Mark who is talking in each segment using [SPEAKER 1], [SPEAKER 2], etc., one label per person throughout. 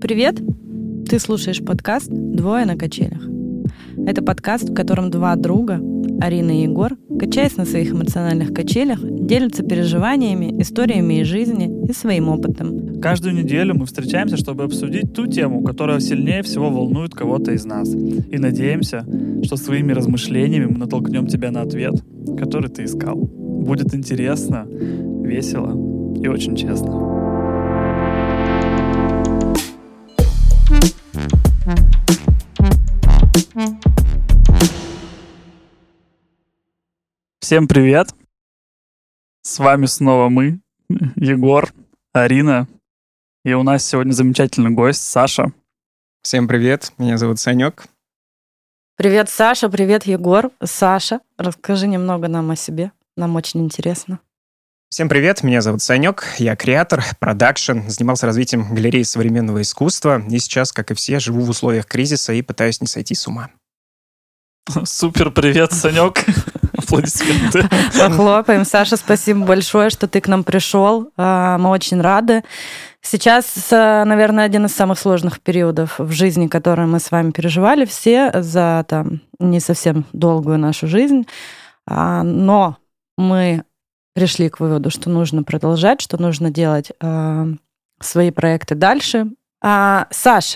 [SPEAKER 1] Привет! Ты слушаешь подкаст «Двое на качелях». Это подкаст, в котором два друга, Арина и Егор, качаясь на своих эмоциональных качелях, делятся переживаниями, историями из жизни и своим опытом.
[SPEAKER 2] Каждую неделю мы встречаемся, чтобы обсудить ту тему, которая сильнее всего волнует кого-то из нас. И надеемся, что своими размышлениями мы натолкнем тебя на ответ, который ты искал. Будет интересно, весело и очень честно. Всем привет! С вами снова мы, Егор, Арина. И у нас сегодня замечательный гость Саша.
[SPEAKER 3] Всем привет, меня зовут Санек.
[SPEAKER 1] Привет, Саша, привет, Егор. Саша, расскажи немного нам о себе, нам очень интересно.
[SPEAKER 3] Всем привет, меня зовут Санек, я креатор, продакшн, занимался развитием галереи современного искусства, и сейчас, как и все, живу в условиях кризиса и пытаюсь не сойти с ума.
[SPEAKER 2] Супер, привет, Санек. Аплодисменты.
[SPEAKER 1] Похлопаем. Саша, спасибо большое, что ты к нам пришел. Мы очень рады. Сейчас, наверное, один из самых сложных периодов в жизни, которые мы с вами переживали все за не совсем долгую нашу жизнь. Но мы пришли к выводу, что нужно продолжать, что нужно делать свои проекты дальше. Саша,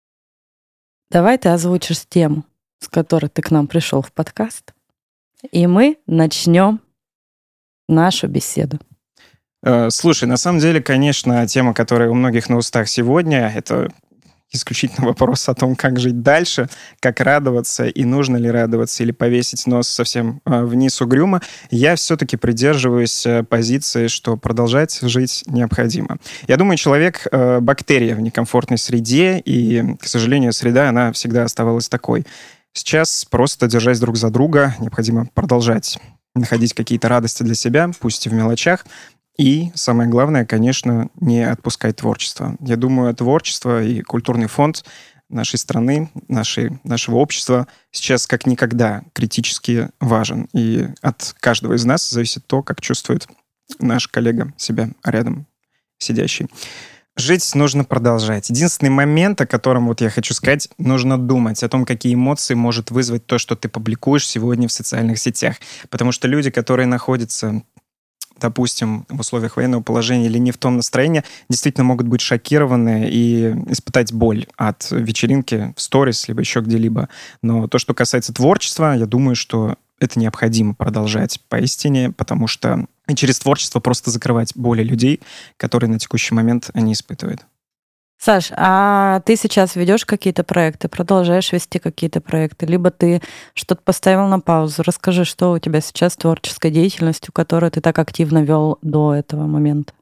[SPEAKER 1] давай ты озвучишь тему, с которой ты к нам пришел в подкаст, и мы начнем нашу беседу.
[SPEAKER 3] Слушай, на самом деле, конечно, тема, которая у многих на устах сегодня, это исключительно вопрос о том, как жить дальше, как радоваться, и нужно ли радоваться, или повесить нос совсем вниз угрюмо. Я все-таки придерживаюсь позиции, что продолжать жить необходимо. Я думаю, человек — бактерия в некомфортной среде, и, к сожалению, среда, она всегда оставалась такой. Сейчас, просто держась друг за друга, необходимо продолжать находить какие-то радости для себя, пусть и в мелочах. И самое главное, конечно, не отпускать творчество. Я думаю, творчество и культурный фонд нашей страны, нашего общества сейчас как никогда критически важен. И от каждого из нас зависит то, как чувствует наш коллега себя рядом сидящий. Жить нужно продолжать. Единственный момент, о котором я хочу сказать, нужно думать о том, какие эмоции может вызвать то, что ты публикуешь сегодня в социальных сетях. Потому что люди, которые находятся, допустим, в условиях военного положения или не в том настроении, действительно могут быть шокированы и испытать боль от вечеринки в сторис, либо еще где-либо. Но то, что касается творчества, я думаю, что это необходимо продолжать поистине, потому что через творчество просто закрывать боли людей, которые на текущий момент они испытывают.
[SPEAKER 1] Саш, а ты сейчас ведешь какие-то проекты, продолжаешь вести какие-то проекты, либо ты что-то поставил на паузу? Расскажи, что у тебя сейчас с творческой деятельностью, которую ты так активно вел до этого момента?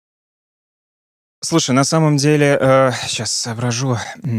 [SPEAKER 3] Слушай, на самом деле, сейчас соображу.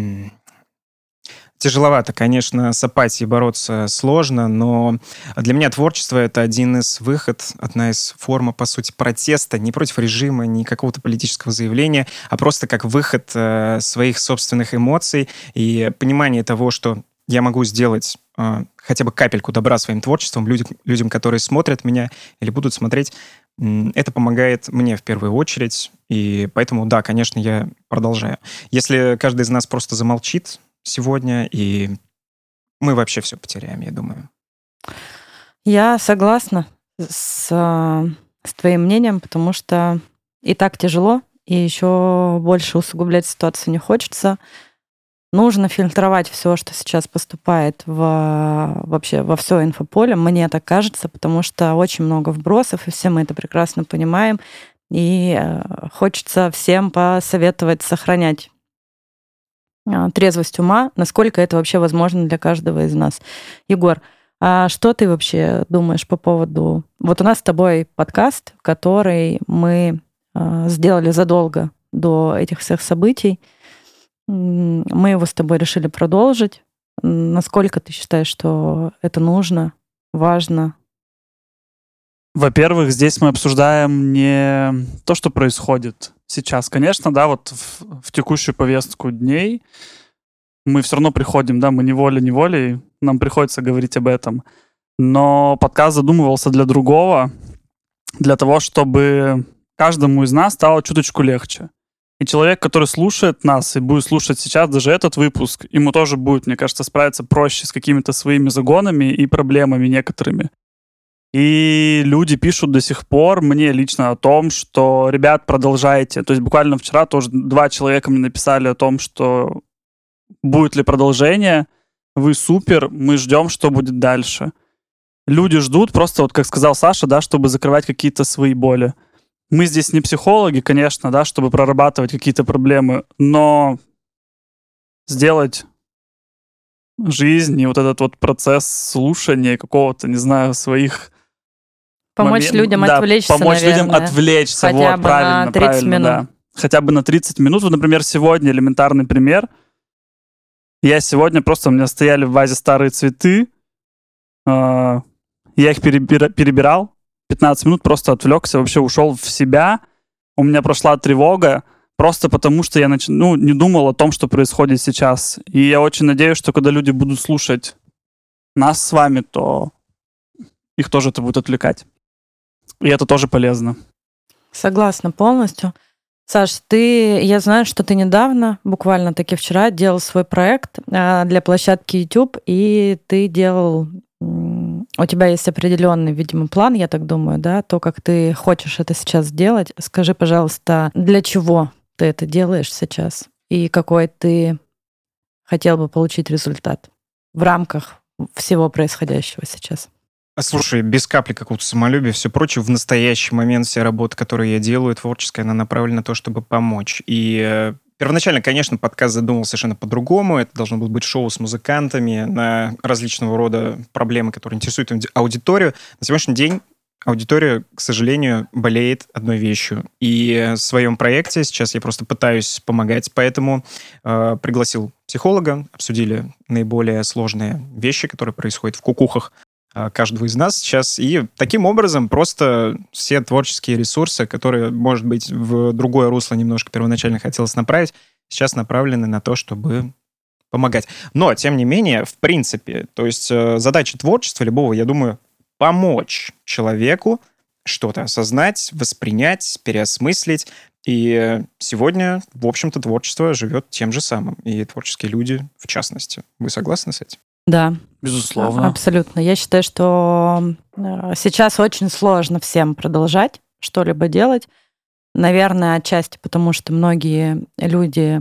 [SPEAKER 3] Тяжеловато, конечно, с апатией бороться сложно, но для меня творчество — это один из одна из форм, по сути, протеста не против режима, не какого-то политического заявления, а просто как выход своих собственных эмоций и понимание того, что я могу сделать хотя бы капельку добра своим творчеством людям, которые смотрят меня или будут смотреть. Это помогает мне в первую очередь, и поэтому, да, конечно, я продолжаю. Если каждый из нас просто замолчит сегодня, и мы вообще все потеряем, я думаю.
[SPEAKER 1] Я согласна с твоим мнением, потому что и так тяжело, и еще больше усугублять ситуацию не хочется. Нужно фильтровать все, что сейчас поступает вообще во все инфополе, мне так кажется, потому что очень много вбросов, и все мы это прекрасно понимаем, и хочется всем посоветовать сохранять трезвость ума, насколько это вообще возможно для каждого из нас. Егор, а что ты вообще думаешь по поводу... Вот у нас с тобой подкаст, который мы сделали задолго до этих всех событий. Мы его с тобой решили продолжить. Насколько ты считаешь, что это нужно, важно?
[SPEAKER 2] Во-первых, здесь мы обсуждаем не то, что происходит сейчас. Конечно, да, в текущую повестку дней мы все равно приходим, да, мы неволей, нам приходится говорить об этом. Но подкаст задумывался для другого, для того, чтобы каждому из нас стало чуточку легче. И человек, который слушает нас и будет слушать сейчас даже этот выпуск, ему тоже будет, мне кажется, справиться проще с какими-то своими загонами и проблемами некоторыми. И люди пишут до сих пор мне лично о том, что, ребят, продолжайте. То есть буквально вчера тоже 2 человека мне написали о том, что будет ли продолжение, вы супер, мы ждем, что будет дальше. Люди ждут просто, вот как сказал Саша, да, чтобы закрывать какие-то свои боли. Мы здесь не психологи, конечно, да, чтобы прорабатывать какие-то проблемы, но сделать жизнь и вот этот вот процесс слушания какого-то, не знаю, своих...
[SPEAKER 1] Помочь людям отвлечься,
[SPEAKER 2] помочь
[SPEAKER 1] наверное.
[SPEAKER 2] людям отвлечься,
[SPEAKER 1] Хотя
[SPEAKER 2] вот,
[SPEAKER 1] бы
[SPEAKER 2] правильно,
[SPEAKER 1] на 30
[SPEAKER 2] правильно,
[SPEAKER 1] минут.
[SPEAKER 2] да. Хотя бы на 30 минут. Вот, например, сегодня элементарный пример. Я сегодня просто, у меня стояли в вазе старые цветы, я их перебирал, 15 минут просто отвлекся, вообще ушел в себя. У меня прошла тревога, просто потому что я не думал о том, что происходит сейчас. И я очень надеюсь, что когда люди будут слушать нас с вами, то их тоже это будет отвлекать. И это тоже полезно.
[SPEAKER 1] Согласна полностью. Саш, я знаю, что ты недавно, буквально таки вчера, делал свой проект для площадки YouTube, и ты делал... У тебя есть определенный, видимо, план, я так думаю, да, то, как ты хочешь это сейчас сделать. Скажи, пожалуйста, для чего ты это делаешь сейчас? И какой ты хотел бы получить результат в рамках всего происходящего сейчас?
[SPEAKER 3] Слушай, без капли какого-то самолюбия, все прочее, в настоящий момент вся работа, которую я делаю, творческая, она направлена на то, чтобы помочь. И первоначально, конечно, подкаст задумал совершенно по-другому. Это должно было быть шоу с музыкантами на различного рода проблемы, которые интересуют аудиторию. На сегодняшний день аудитория, к сожалению, болеет одной вещью. И в своем проекте сейчас я просто пытаюсь помогать, поэтому пригласил психолога, обсудили наиболее сложные вещи, которые происходят в кукухах каждого из нас сейчас. И таким образом просто все творческие ресурсы, которые, может быть, в другое русло немножко первоначально хотелось направить, сейчас направлены на то, чтобы помогать. Но, тем не менее, в принципе, то есть задача творчества любого, я думаю, помочь человеку что-то осознать, воспринять, переосмыслить. И сегодня, в общем-то, творчество живет тем же самым. И творческие люди, в частности. Вы согласны с этим?
[SPEAKER 1] Да.
[SPEAKER 2] Безусловно.
[SPEAKER 1] Абсолютно. Я считаю, что сейчас очень сложно всем продолжать что-либо делать. Наверное, отчасти потому, что многие люди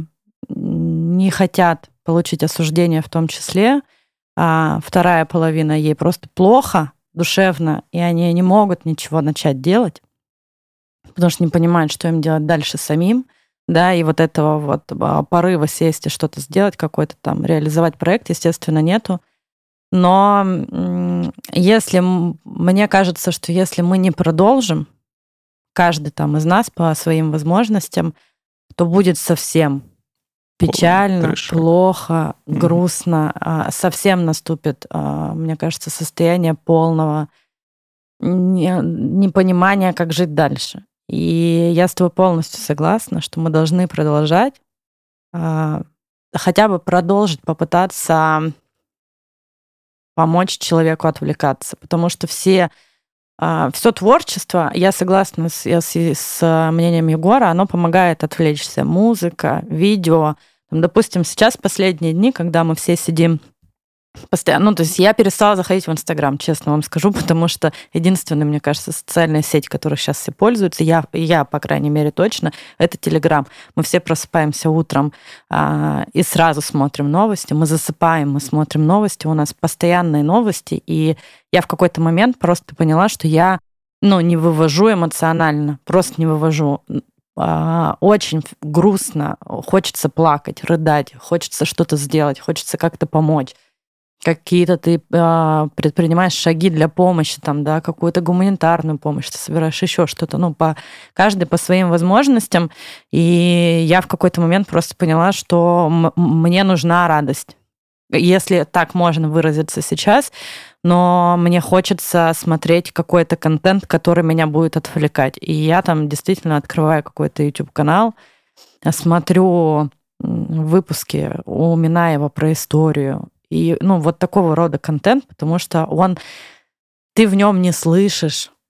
[SPEAKER 1] не хотят получить осуждение в том числе, а вторая половина ей просто плохо, душевно, и они не могут ничего начать делать, потому что не понимают, что им делать дальше самим. Да, и вот этого вот порыва сесть и что-то сделать, какой-то там реализовать проект, естественно, нету. Но мне кажется, что если мы не продолжим, каждый там из нас по своим возможностям, то будет совсем печально, плохо, грустно, совсем наступит, мне кажется, состояние полного непонимания, как жить дальше. И я с тобой полностью согласна, что мы должны продолжать, хотя бы продолжить попытаться помочь человеку отвлекаться, потому что все творчество, я согласна с мнением Егора, оно помогает отвлечься. Музыка, видео. Допустим, сейчас последние дни, когда мы все сидим постоянно, то есть я перестала заходить в Инстаграм, честно вам скажу, потому что единственная, мне кажется, социальная сеть, которой сейчас все пользуются, я, по крайней мере, точно, это Телеграм. Мы все просыпаемся утром и сразу смотрим новости, мы засыпаем, мы смотрим новости, у нас постоянные новости, и я в какой-то момент просто поняла, что я, не вывожу эмоционально, просто не вывожу. Очень грустно, хочется плакать, рыдать, хочется что-то сделать, хочется как-то помочь. Какие-то ты предпринимаешь шаги для помощи, какую-то гуманитарную помощь, ты собираешь еще что-то, каждый по своим возможностям. И я в какой-то момент просто поняла, что мне нужна радость. Если так можно выразиться сейчас, но мне хочется смотреть какой-то контент, который меня будет отвлекать. И я там действительно открываю какой-то YouTube-канал, смотрю выпуски у Минаева про историю, и вот такого рода контент, потому что ты в нем не слышишь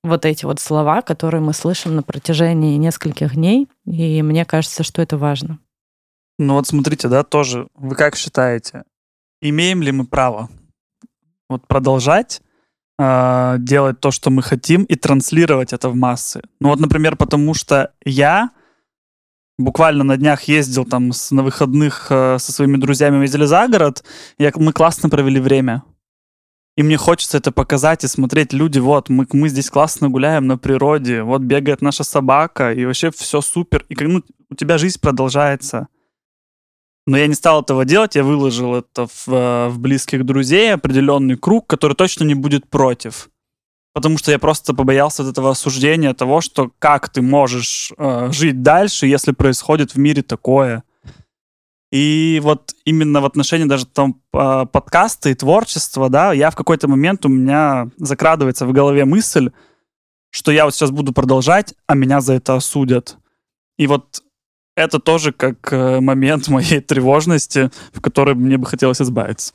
[SPEAKER 1] вот эти вот слова, которые мы слышим на протяжении нескольких дней, и мне кажется, что это важно.
[SPEAKER 2] Ну вот смотрите, да, тоже, вы как считаете, имеем ли мы право вот продолжать делать то, что мы хотим, и транслировать это в массы? Ну вот, например, потому что я буквально на днях ездил там на выходных со своими друзьями, мы ездили за город, мы классно провели время. И мне хочется это показать и смотреть. Люди, вот, мы здесь классно гуляем на природе, вот бегает наша собака, и вообще все супер. И у тебя жизнь продолжается. Но я не стал этого делать, я выложил это в близких друзей, определенный круг, который точно не будет против. Потому что я просто побоялся от этого осуждения того, что как ты можешь жить дальше, если происходит в мире такое. И вот именно в отношении даже там подкаста и творчества, да, я в какой-то момент, у меня закрадывается в голове мысль, что я вот сейчас буду продолжать, а меня за это осудят. И вот это тоже как момент моей тревожности, в которой мне бы хотелось избавиться.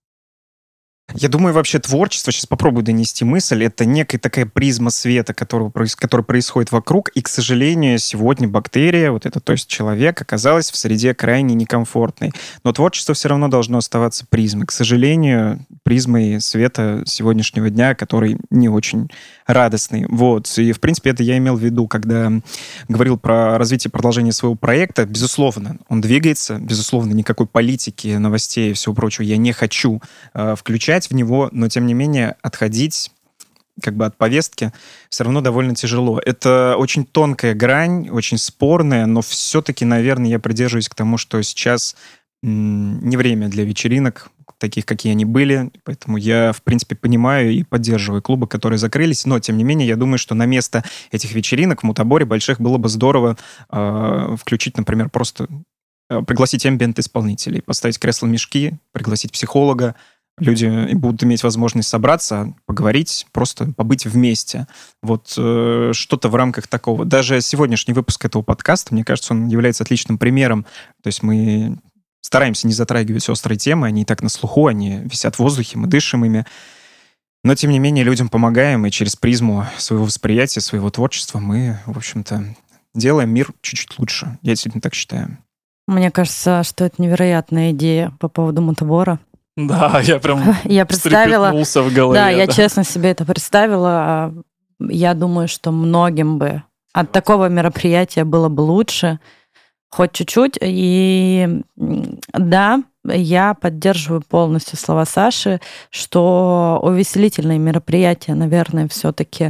[SPEAKER 3] Я думаю, вообще творчество, сейчас попробую донести мысль, это некая такая призма света, который происходит вокруг, и, к сожалению, сегодня бактерия, вот это, то есть человек, оказалась в среде крайне некомфортной. Но творчество все равно должно оставаться призмой. К сожалению, призмой света сегодняшнего дня, который не очень радостный. Вот. И, в принципе, это я имел в виду, когда говорил про развитие продолжения своего проекта. Безусловно, он двигается, безусловно, никакой политики, новостей и всего прочего я не хочу включать в него, но, тем не менее, отходить как бы от повестки все равно довольно тяжело. Это очень тонкая грань, очень спорная, но все-таки, наверное, я придерживаюсь к тому, что сейчас не время для вечеринок, таких, какие они были, поэтому я, в принципе, понимаю и поддерживаю клубы, которые закрылись, но, тем не менее, я думаю, что на место этих вечеринок в Мутаборе больших было бы здорово включить, например, просто пригласить эмбиент-исполнителей, поставить кресло-мешки, пригласить психолога. Люди будут иметь возможность собраться, поговорить, просто побыть вместе. Вот что-то в рамках такого. Даже сегодняшний выпуск этого подкаста, мне кажется, он является отличным примером. То есть мы стараемся не затрагивать острые темы, они и так на слуху, они висят в воздухе, мы дышим ими. Но, тем не менее, людям помогаем, и через призму своего восприятия, своего творчества мы, в общем-то, делаем мир чуть-чуть лучше. Я действительно так считаю.
[SPEAKER 1] Мне кажется, что это невероятная идея по поводу Мутабора.
[SPEAKER 2] Да, я прям
[SPEAKER 1] представила
[SPEAKER 2] в голове.
[SPEAKER 1] Да, я честно себе это представила. Я думаю, что многим бы от такого мероприятия было бы лучше, хоть чуть-чуть. И да, я поддерживаю полностью слова Саши, что увеселительные мероприятия, наверное, все-таки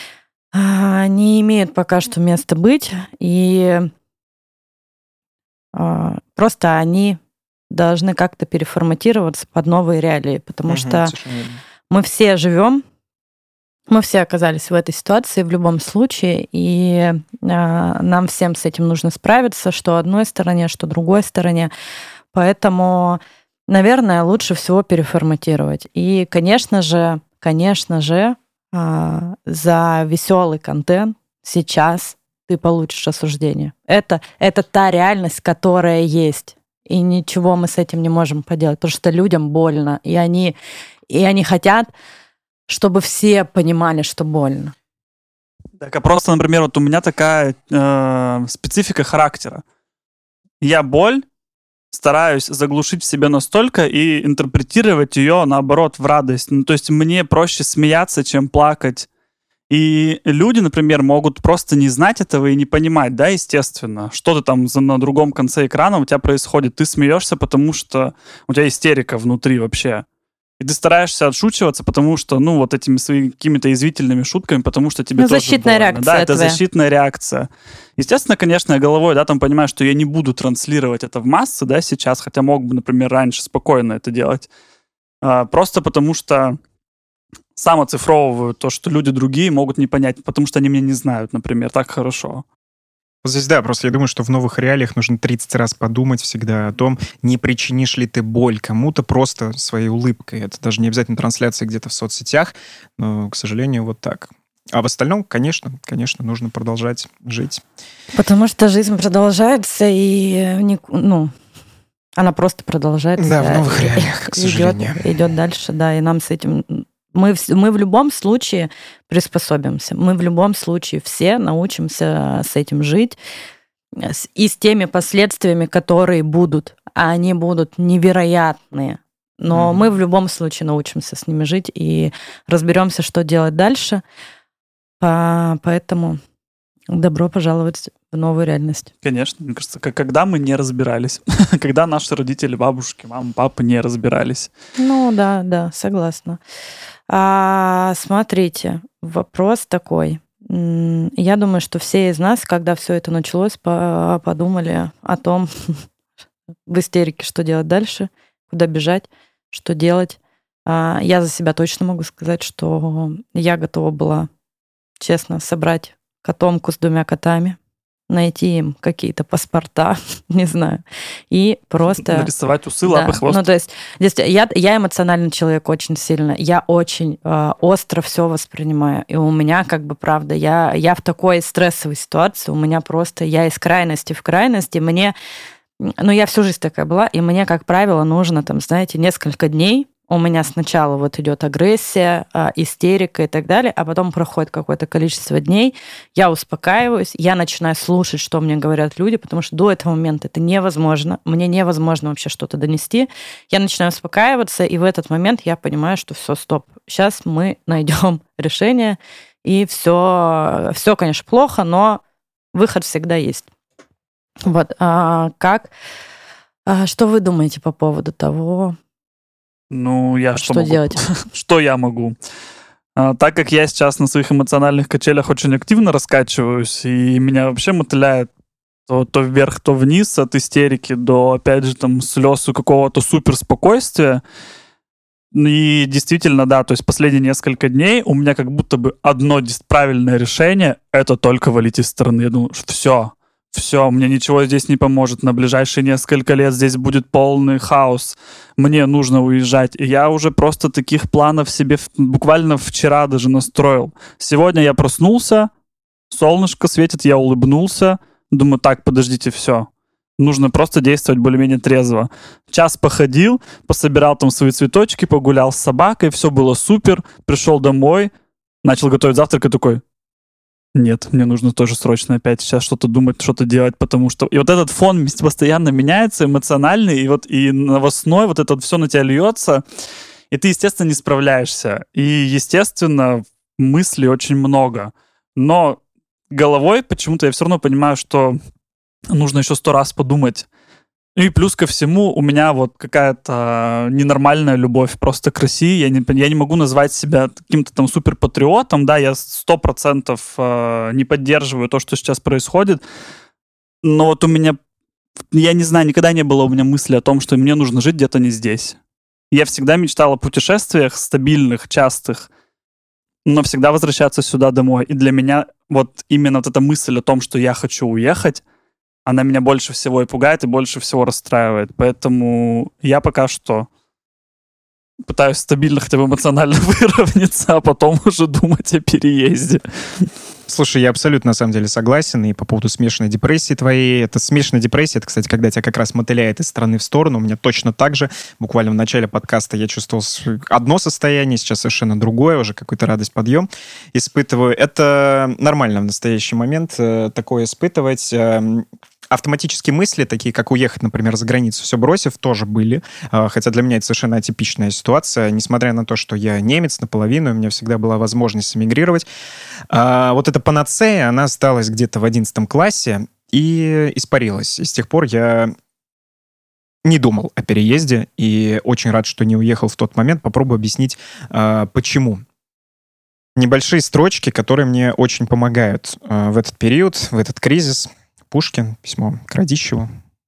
[SPEAKER 1] не имеют пока что места быть. И просто они должны как-то переформатироваться под новые реалии, потому что мы все живем, мы все оказались в этой ситуации в любом случае, и нам всем с этим нужно справиться, что одной стороне, что другой стороне. Поэтому, наверное, лучше всего переформатировать. И, конечно же, за веселый контент сейчас ты получишь осуждение. Это та реальность, которая есть. И ничего мы с этим не можем поделать, потому что людям больно, и они хотят, чтобы все понимали, что больно.
[SPEAKER 2] Так, а просто, например, вот у меня такая специфика характера. Я боль стараюсь заглушить в себе настолько и интерпретировать ее, наоборот, в радость. Ну, то есть мне проще смеяться, чем плакать. И люди, например, могут просто не знать этого и не понимать, да, естественно, что ты там на другом конце экрана у тебя происходит. Ты смеешься, потому что у тебя истерика внутри вообще. И ты стараешься отшучиваться, потому что, ну, вот этими своими какими-то язвительными шутками, потому что тебе тоже
[SPEAKER 1] защитная
[SPEAKER 2] больно.
[SPEAKER 1] реакция.
[SPEAKER 2] Да, это защитная реакция. Естественно, конечно, я головой, да, там понимаю, что я не буду транслировать это в массы, да, сейчас, хотя мог бы, например, раньше спокойно это делать. Просто потому что сам оцифровываю то, что люди другие могут не понять, потому что они меня не знают, например, так хорошо.
[SPEAKER 3] Здесь, да, просто я думаю, что в новых реалиях нужно 30 раз подумать всегда о том, не причинишь ли ты боль кому-то просто своей улыбкой. Это даже не обязательно трансляция где-то в соцсетях, но, к сожалению, вот так. А в остальном, конечно, нужно продолжать жить.
[SPEAKER 1] Потому что жизнь продолжается, и она просто продолжается.
[SPEAKER 3] Да, в новых реалиях, к сожалению.
[SPEAKER 1] Идет дальше, да, и нам с этим Мы в любом случае приспособимся. Мы в любом случае все научимся с этим жить и с теми последствиями, которые будут. А они будут невероятные. Но мы в любом случае научимся с ними жить и разберемся, что делать дальше. Поэтому добро пожаловать в новую реальность.
[SPEAKER 2] Конечно. Мне кажется, когда мы не разбирались. Когда наши родители, бабушки, мама, папа не разбирались.
[SPEAKER 1] Ну да, согласна. Смотрите, вопрос такой. Я думаю, что все из нас, когда все это началось, подумали о том, в истерике, что делать дальше, куда бежать, что делать. Я за себя точно могу сказать, что я готова была, честно, собрать котомку с 2 котами, найти им какие-то паспорта, не знаю, и просто...
[SPEAKER 2] Нарисовать усы, лапы, хвост.
[SPEAKER 1] Ну, то есть здесь я эмоциональный человек очень сильно, я очень остро все воспринимаю, и у меня правда, я в такой стрессовой ситуации, у меня просто, я из крайности в крайности, мне... я всю жизнь такая была, и мне, как правило, нужно, несколько дней. У меня сначала идет агрессия, истерика и так далее, а потом проходит какое-то количество дней, я успокаиваюсь, я начинаю слушать, что мне говорят люди, потому что до этого момента это невозможно, мне невозможно вообще что-то донести. Я начинаю успокаиваться, и в этот момент я понимаю, что все, стоп, сейчас мы найдем решение, и все, конечно, плохо, но выход всегда есть. Что вы думаете по поводу того,
[SPEAKER 2] что могу?
[SPEAKER 1] Делать?
[SPEAKER 2] Что я могу? Так как я сейчас на своих эмоциональных качелях очень активно раскачиваюсь, и меня вообще мотыляет то вверх, то вниз, от истерики до, опять же, слез и какого-то суперспокойствия. И действительно, да, то есть последние несколько дней у меня как будто бы одно правильное решение — это только валить из страны. Я думаю, все, мне ничего здесь не поможет. На ближайшие несколько лет здесь будет полный хаос. Мне нужно уезжать. И я уже просто таких планов себе буквально вчера даже настроил. Сегодня я проснулся, солнышко светит, я улыбнулся. Думаю, так, подождите, все. Нужно просто действовать более-менее трезво. Час походил, пособирал свои цветочки, погулял с собакой, все было супер. Пришел домой, начал готовить завтрак и такой... Нет, мне нужно тоже срочно опять сейчас что-то думать, что-то делать, потому что... И этот фон постоянно меняется, эмоциональный, и новостной, это все на тебя льется, и ты, естественно, не справляешься. И, естественно, мыслей очень много. Но головой почему-то я все равно понимаю, что нужно еще 100 раз подумать. И плюс ко всему у меня какая-то ненормальная любовь просто к России. Я не могу назвать себя каким-то суперпатриотом. Да, я 100% не поддерживаю то, что сейчас происходит. Но у меня, я не знаю, никогда не было у меня мысли о том, что мне нужно жить где-то не здесь. Я всегда мечтал о путешествиях стабильных, частых, но всегда возвращаться сюда домой. И для меня именно эта мысль о том, что я хочу уехать, она меня больше всего и пугает, и больше всего расстраивает. Поэтому я пока что пытаюсь стабильно хотя бы эмоционально выровняться, а потом уже думать о переезде.
[SPEAKER 3] Слушай, я абсолютно, на самом деле, согласен. И по поводу смешанной депрессии твоей. Это смешанная депрессия, это, кстати, когда тебя как раз мотыляет из стороны в сторону. У меня точно так же. Буквально в начале подкаста я чувствовал одно состояние, сейчас совершенно другое, уже какую-то радость, подъем испытываю. Это нормально в настоящий момент такое испытывать. Автоматические мысли, такие как уехать, например, за границу, все бросив, тоже были. Хотя для меня это совершенно атипичная ситуация. Несмотря на то, что я немец наполовину, у меня всегда была возможность эмигрировать. Эта панацея, она осталась где-то в 11 классе и испарилась. И с тех пор я не думал о переезде и очень рад, что не уехал в тот момент. Попробую объяснить, почему. Небольшие строчки, которые мне очень помогают в этот период, в этот кризис. Пушкин, письмо к Радищеву.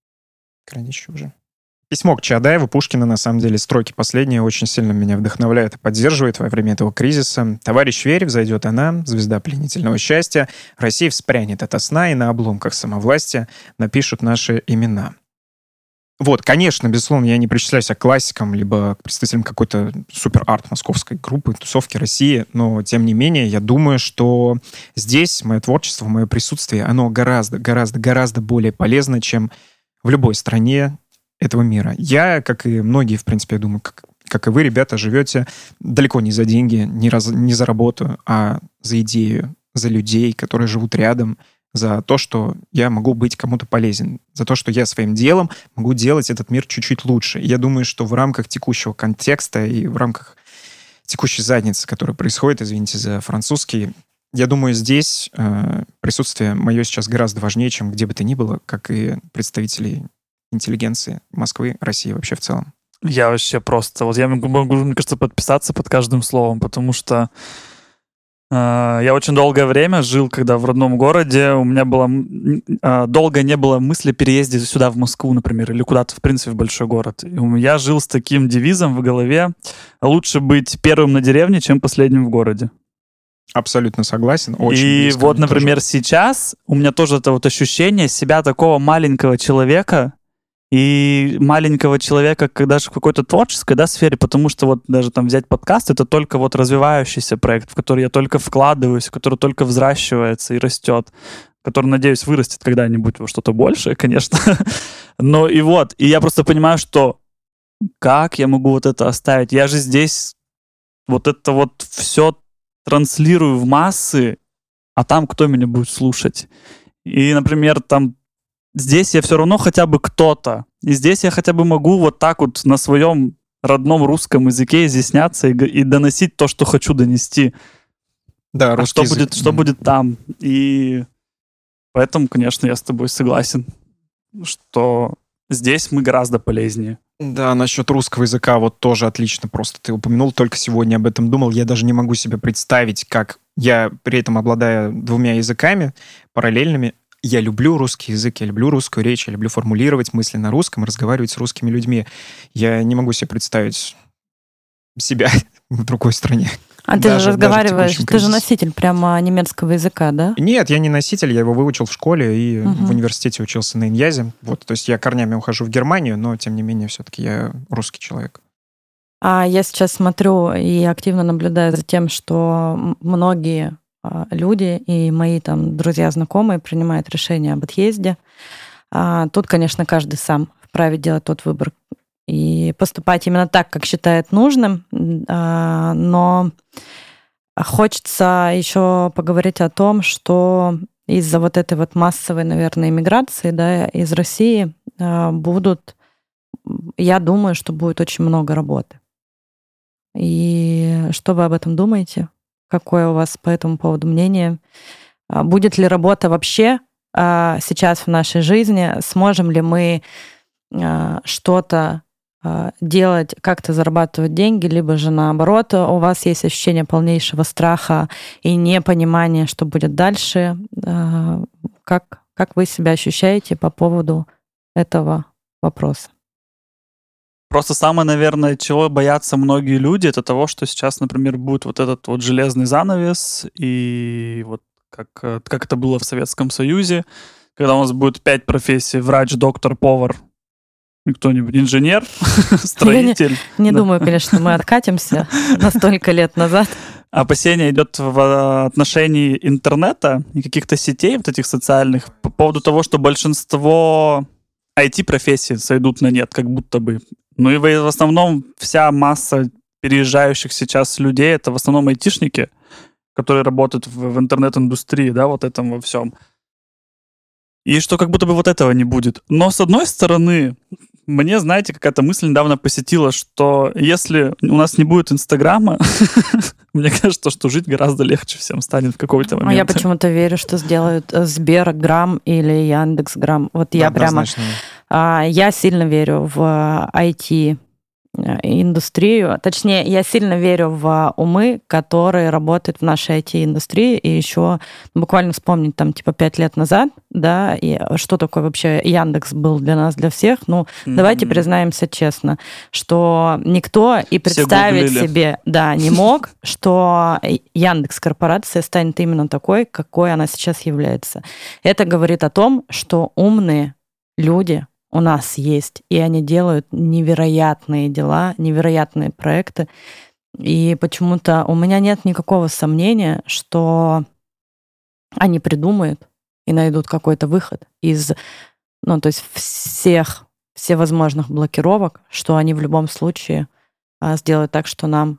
[SPEAKER 3] Же. Письмо к Чаадаеву Пушкина, на самом деле, строки последние очень сильно меня вдохновляют и поддерживают во время этого кризиса. «Товарищ, верь, взойдет она, звезда пленительного счастья, Россия вспрянет ото сна, и на обломках самовластия напишут наши имена». Конечно, безусловно, я не причисляю себя к классикам, либо к представителям какой-то супер-арт московской группы, тусовки России, но, тем не менее, я думаю, что здесь мое творчество, мое присутствие, оно гораздо более полезно, чем в любой стране этого мира. Я, как и многие, в принципе, я думаю, как как и вы, ребята, живете далеко не за деньги, не за работу, а за идею, за людей, которые живут рядом, за то, что я могу быть кому-то полезен, за то, что я своим делом могу делать этот мир чуть-чуть лучше. И я думаю, что в рамках текущего контекста и в рамках текущей задницы, которая происходит, извините за французский, я думаю, здесь присутствие мое сейчас гораздо важнее, чем где бы то ни было, как и представителей интеллигенции Москвы, России вообще в целом.
[SPEAKER 2] Я вообще просто... Вот я могу, мне кажется, подписаться под каждым словом, потому что я очень долгое время жил, когда в родном городе, у меня долго не было мысли о переезде сюда, в Москву, например, или куда-то, в принципе, в большой город. И я жил с таким девизом в голове: лучше быть первым на деревне, чем последним в городе.
[SPEAKER 3] Абсолютно согласен. Очень
[SPEAKER 2] и
[SPEAKER 3] близко
[SPEAKER 2] вот, например,
[SPEAKER 3] тоже.
[SPEAKER 2] сейчас у меня тоже это вот ощущение себя такого маленького человека, и маленького человека, когда же в какой-то творческой, да, сфере, потому что вот даже там взять подкаст, это только вот развивающийся проект, в который я только вкладываюсь, который только взращивается и растет, который, надеюсь, вырастет когда-нибудь во что-то большее, конечно. Но и вот, и я просто понимаю, что как я могу вот это оставить? Я же здесь вот это вот все транслирую в массы, а там кто меня будет слушать? И, например, там здесь я все равно хотя бы кто-то. И здесь я хотя бы могу вот так вот на своем родном русском языке изъясняться и доносить то, что хочу донести.
[SPEAKER 3] Да,
[SPEAKER 2] а что будет там? И поэтому, конечно, я с тобой согласен, что здесь мы гораздо полезнее.
[SPEAKER 3] Да, насчет русского языка вот тоже отлично. Просто ты упомянул, только сегодня об этом думал. Я даже не могу себе представить, как я, при этом обладая 2 языками параллельными, я люблю русский язык, я люблю русскую речь, я люблю формулировать мысли на русском, разговаривать с русскими людьми. Я не могу себе представить себя в другой стране.
[SPEAKER 1] А ты же разговариваешь, ты же носитель прямо немецкого языка, да?
[SPEAKER 3] Нет, я не носитель, я его выучил в школе и в университете учился на Иньязе. Вот, то есть я корнями ухожу в Германию, но тем не менее все-таки я русский человек.
[SPEAKER 1] А я сейчас смотрю и активно наблюдаю за тем, что многие люди и мои там друзья, знакомые принимают решение об отъезде. Тут, конечно, каждый сам вправе делать тот выбор и поступать именно так, как считает нужным. Но хочется еще поговорить о том, что из-за вот этой вот массовой, наверное, иммиграции, да, из России я думаю, что будет очень много работы. И что вы об этом думаете? Какое у вас по этому поводу мнение? Будет ли работа вообще сейчас в нашей жизни? Сможем ли мы что-то делать, как-то зарабатывать деньги, либо же наоборот, у вас есть ощущение полнейшего страха и непонимания, что будет дальше? Как вы себя ощущаете по поводу этого вопроса?
[SPEAKER 2] Просто самое, наверное, чего боятся многие люди, это того, что сейчас, например, будет вот этот вот железный занавес, и вот как это было в Советском Союзе, когда у нас будет 5 профессий: врач, доктор, повар, и кто-нибудь, инженер, строитель.
[SPEAKER 1] Я не думаю, конечно, мы откатимся на столько лет назад.
[SPEAKER 2] Опасение идет в отношении интернета и каких-то сетей вот этих социальных по поводу того, что большинство IT-профессий сойдут на нет, как будто бы. Ну и в основном вся масса переезжающих сейчас людей — это в основном айтишники, которые работают в интернет-индустрии, да, вот этом во всем. И что как будто бы вот этого не будет. Но с одной стороны, мне, знаете, какая-то мысль недавно посетила, что если у нас не будет Инстаграма, мне кажется, что жить гораздо легче всем станет в какой-то момент.
[SPEAKER 1] А я почему-то верю, что сделают Сберграм или Яндекс.Грам. Вот я прямо... Я сильно верю в IT-индустрию. Точнее, я сильно верю в умы, которые работают в нашей IT-индустрии. И еще буквально вспомнить там типа 5 лет назад, да, и что такое вообще Яндекс был для нас, для всех. Ну, давайте признаемся честно, что никто и представить себе, да, не мог, что Яндекс-корпорация станет именно такой, какой она сейчас является. Это говорит о том, что умные люди у нас есть, и они делают невероятные дела, невероятные проекты. И почему-то у меня нет никакого сомнения, что они придумают и найдут какой-то выход из, то есть всевозможных блокировок, что они в любом случае сделать так, что нам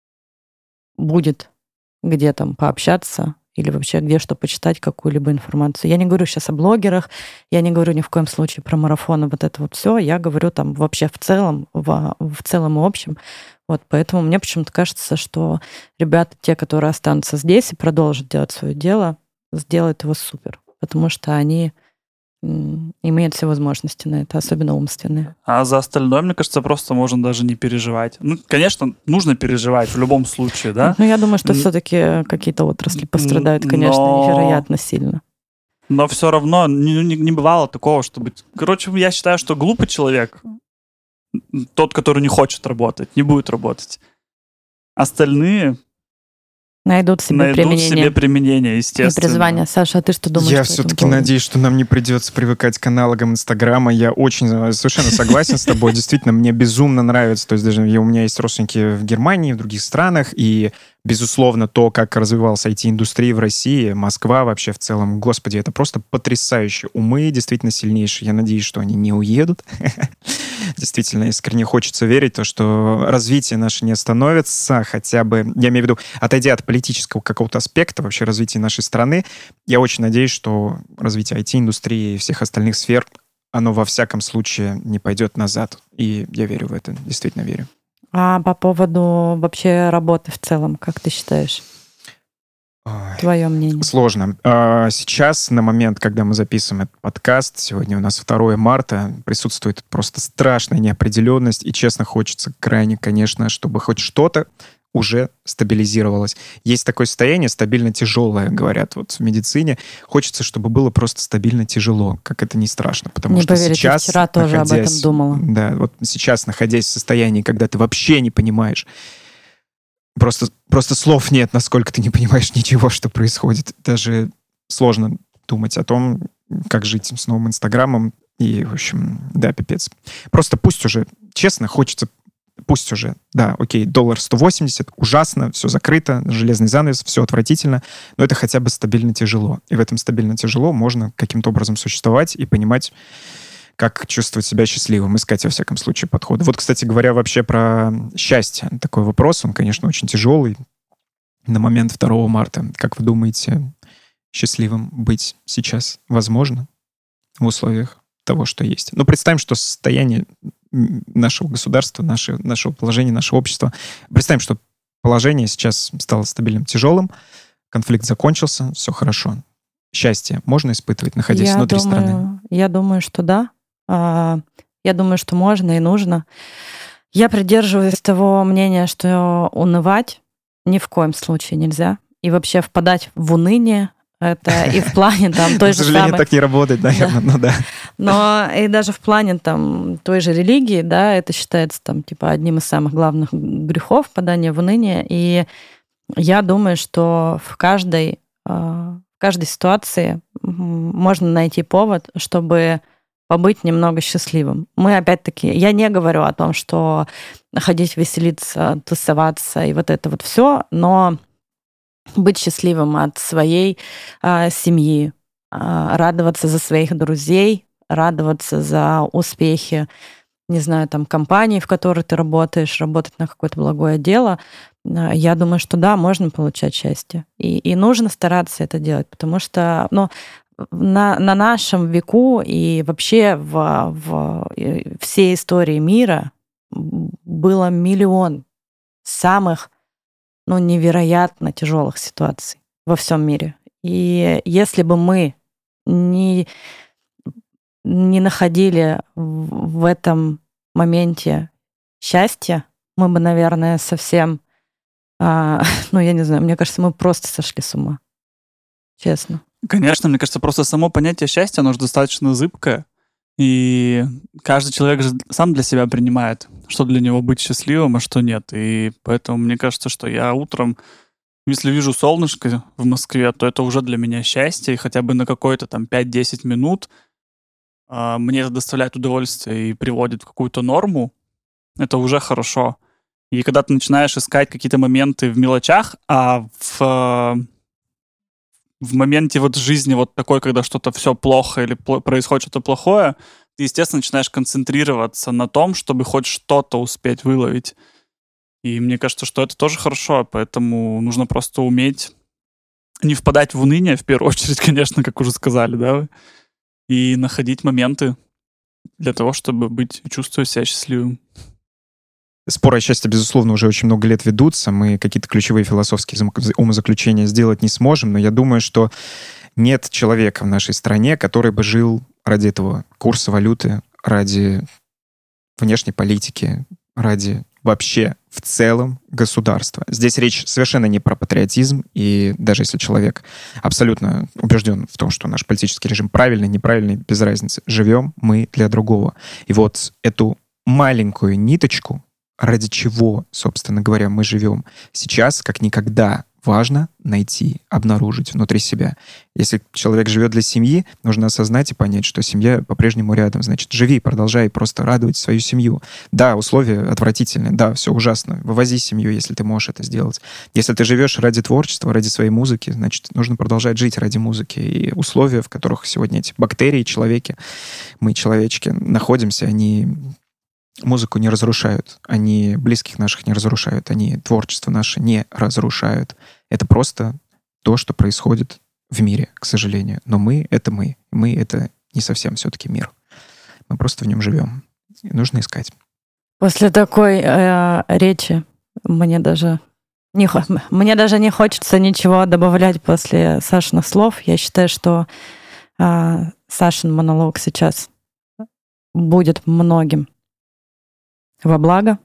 [SPEAKER 1] будет где там пообщаться или вообще где что почитать, какую-либо информацию. Я не говорю сейчас о блогерах, я не говорю ни в коем случае про марафоны, вот это вот все. Я говорю там вообще в целом, в целом и общем. Вот, поэтому мне почему-то кажется, что ребята, те, которые останутся здесь и продолжат делать свое дело, сделают его супер, потому что они имеют все возможности на это, особенно умственные.
[SPEAKER 2] А за остальное, мне кажется, просто можно даже не переживать. Ну, конечно, нужно переживать в любом случае, да?
[SPEAKER 1] Ну, я думаю, что все-таки какие-то отрасли пострадают, конечно, невероятно сильно.
[SPEAKER 2] Но все равно не бывало такого, чтобы... Короче, я считаю, что глупый человек, тот, который не хочет работать, не будет работать. Остальные...
[SPEAKER 1] Найдут себе
[SPEAKER 2] применение, естественно.
[SPEAKER 1] И призвание. Саша, а ты что думаешь?
[SPEAKER 3] Я все-таки надеюсь, что нам не придется привыкать к аналогам Инстаграма. Я совершенно согласен с тобой. Действительно, мне безумно нравится. То есть даже у меня есть родственники в Германии, в других странах, и безусловно, то, как развивалась IT-индустрия в России, Москва вообще в целом, господи, это просто потрясающе. Умы действительно сильнейшие. Я надеюсь, что они не уедут. Действительно, искренне хочется верить, то, что развитие наше не остановится, хотя бы, я имею в виду, отойдя от политического какого-то аспекта вообще развития нашей страны, я очень надеюсь, что развитие IT-индустрии и всех остальных сфер, оно во всяком случае не пойдет назад. И я верю в это, действительно верю.
[SPEAKER 1] А по поводу вообще работы в целом, как ты считаешь? Твое мнение?
[SPEAKER 3] Сложно. Сейчас, на момент, когда мы записываем этот подкаст, сегодня у нас 2 марта, присутствует просто страшная неопределенность, и, честно, хочется крайне, конечно, чтобы хоть что-то уже стабилизировалось. Есть такое состояние стабильно тяжелое, говорят вот в медицине. Хочется, чтобы было просто стабильно тяжело, как это не страшно, потому
[SPEAKER 1] не
[SPEAKER 3] что
[SPEAKER 1] поверите,
[SPEAKER 3] сейчас...
[SPEAKER 1] вчера тоже об этом думала.
[SPEAKER 3] Да, вот сейчас, находясь в состоянии, когда ты вообще не понимаешь, просто слов нет, насколько ты не понимаешь ничего, что происходит. Даже сложно думать о том, как жить с новым Инстаграмом. И, в общем, да, пипец. Просто пусть уже, честно, хочется, пусть уже, да, окей, $180, ужасно, все закрыто, железный занавес, все отвратительно, но это хотя бы стабильно тяжело. И в этом стабильно тяжело можно каким-то образом существовать и понимать, как чувствовать себя счастливым, искать, во всяком случае, подходы. Вот, кстати говоря, вообще про счастье. Такой вопрос, он, конечно, очень тяжелый. На момент 2 марта, как вы думаете, счастливым быть сейчас возможно в условиях того, что есть? Ну, представим, что состояние нашего государства, нашего положения, нашего общества. Представим, что положение сейчас стало стабильным, тяжелым, конфликт закончился, все хорошо. Счастье можно испытывать, находясь внутри страны?
[SPEAKER 1] Я думаю, что да. Я думаю, что можно и нужно. Я придерживаюсь того мнения, что унывать ни в коем случае нельзя. И вообще впадать в уныние, это и в плане там той же самой... К
[SPEAKER 3] сожалению, так не работает, наверное, но да.
[SPEAKER 1] Но и даже в плане там той же религии, да, это считается там типа одним из самых главных грехов, впадание в уныние. И я думаю, что в каждой ситуации можно найти повод, чтобы побыть немного счастливым. Мы, опять-таки, я не говорю о том, что ходить веселиться, тусоваться и вот это вот все, но быть счастливым от своей семьи, радоваться за своих друзей, радоваться за успехи, не знаю, там, компании, в которой ты работаешь, работать на какое-то благое дело. Я думаю, что да, можно получать счастье. И нужно стараться это делать, потому что, ну, на нашем веку и вообще в всей истории мира было миллион самых, ну, невероятно тяжелых ситуаций во всем мире. И если бы мы не находили в этом моменте счастья, мы бы, наверное, совсем, ну, я не знаю, мне кажется, мы просто сошли с ума. Честно.
[SPEAKER 2] Конечно, мне кажется, просто само понятие счастья, оно же достаточно зыбкое, и каждый человек же сам для себя принимает, что для него быть счастливым, а что нет. И поэтому мне кажется, что я утром, если вижу солнышко в Москве, то это уже для меня счастье, и хотя бы на какой-то там 5-10 минут мне это доставляет удовольствие и приводит в какую-то норму, это уже хорошо. И когда ты начинаешь искать какие-то моменты в мелочах, а в моменте вот жизни вот такой, когда что-то все плохо или происходит что-то плохое, ты, естественно, начинаешь концентрироваться на том, чтобы хоть что-то успеть выловить. И мне кажется, что это тоже хорошо, поэтому нужно просто уметь не впадать в уныние, в первую очередь, конечно, как уже сказали, да, вы, и находить моменты для того, чтобы быть и чувствовать себя счастливым.
[SPEAKER 3] Споры о счастье, безусловно, уже очень много лет ведутся. Мы какие-то ключевые философские умозаключения сделать не сможем, но я думаю, что нет человека в нашей стране, который бы жил ради этого курса валюты, ради внешней политики, ради вообще в целом государства. Здесь речь совершенно не про патриотизм, и даже если человек абсолютно убежден в том, что наш политический режим правильный, неправильный, без разницы, живем мы для другого. И вот эту маленькую ниточку, ради чего, собственно говоря, мы живем, сейчас как никогда важно найти, обнаружить внутри себя. Если человек живет для семьи, нужно осознать и понять, что семья по-прежнему рядом. Значит, живи, продолжай просто радовать свою семью. Да, условия отвратительные, да, все ужасно. Вывози семью, если ты можешь это сделать. Если ты живешь ради творчества, ради своей музыки, значит, нужно продолжать жить ради музыки. И условия, в которых сегодня эти бактерии, человеки, мы, человечки, находимся, они музыку не разрушают, они близких наших не разрушают, они творчество наше не разрушают. Это просто то, что происходит в мире, к сожалению. Но мы — это мы. Мы — это не совсем все-таки мир. Мы просто в нем живем. И нужно искать.
[SPEAKER 1] После такой речи мне даже не хочется ничего добавлять после Сашиных слов. Я считаю, что Сашин монолог сейчас будет многим во благо.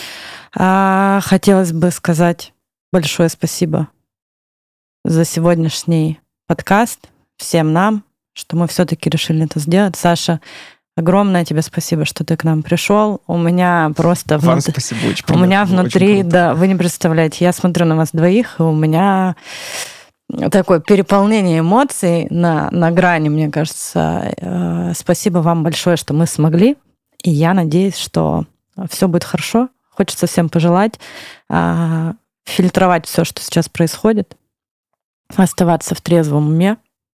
[SPEAKER 1] Хотелось бы сказать большое спасибо за сегодняшний подкаст всем нам, что мы все-таки решили это сделать. Саша, огромное тебе спасибо, что ты к нам пришел. У меня просто
[SPEAKER 3] Вам спасибо, очень приятно.
[SPEAKER 1] У меня внутри, да, вы не представляете, я смотрю на вас двоих, и у меня такое переполнение эмоций на грани, мне кажется. Спасибо вам большое, что мы смогли. И я надеюсь, что все будет хорошо. Хочется всем пожелать фильтровать все, что сейчас происходит, оставаться в трезвом уме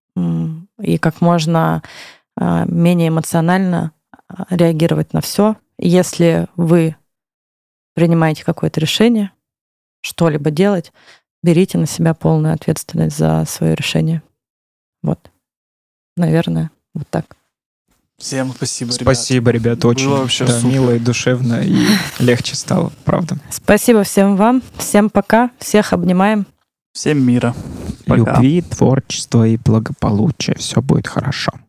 [SPEAKER 1] и как можно менее эмоционально реагировать на все. Если вы принимаете какое-то решение, что-либо делать, берите на себя полную ответственность за свое решение. Вот. Наверное, вот так.
[SPEAKER 2] Всем спасибо, ребят.
[SPEAKER 3] Спасибо, ребят, очень
[SPEAKER 2] вообще супер.
[SPEAKER 3] мило и душевно, и легче стало, правда.
[SPEAKER 1] Спасибо всем вам. Всем пока. Всех обнимаем.
[SPEAKER 2] Всем мира. Пока.
[SPEAKER 3] Любви, творчества и благополучия. Все будет хорошо.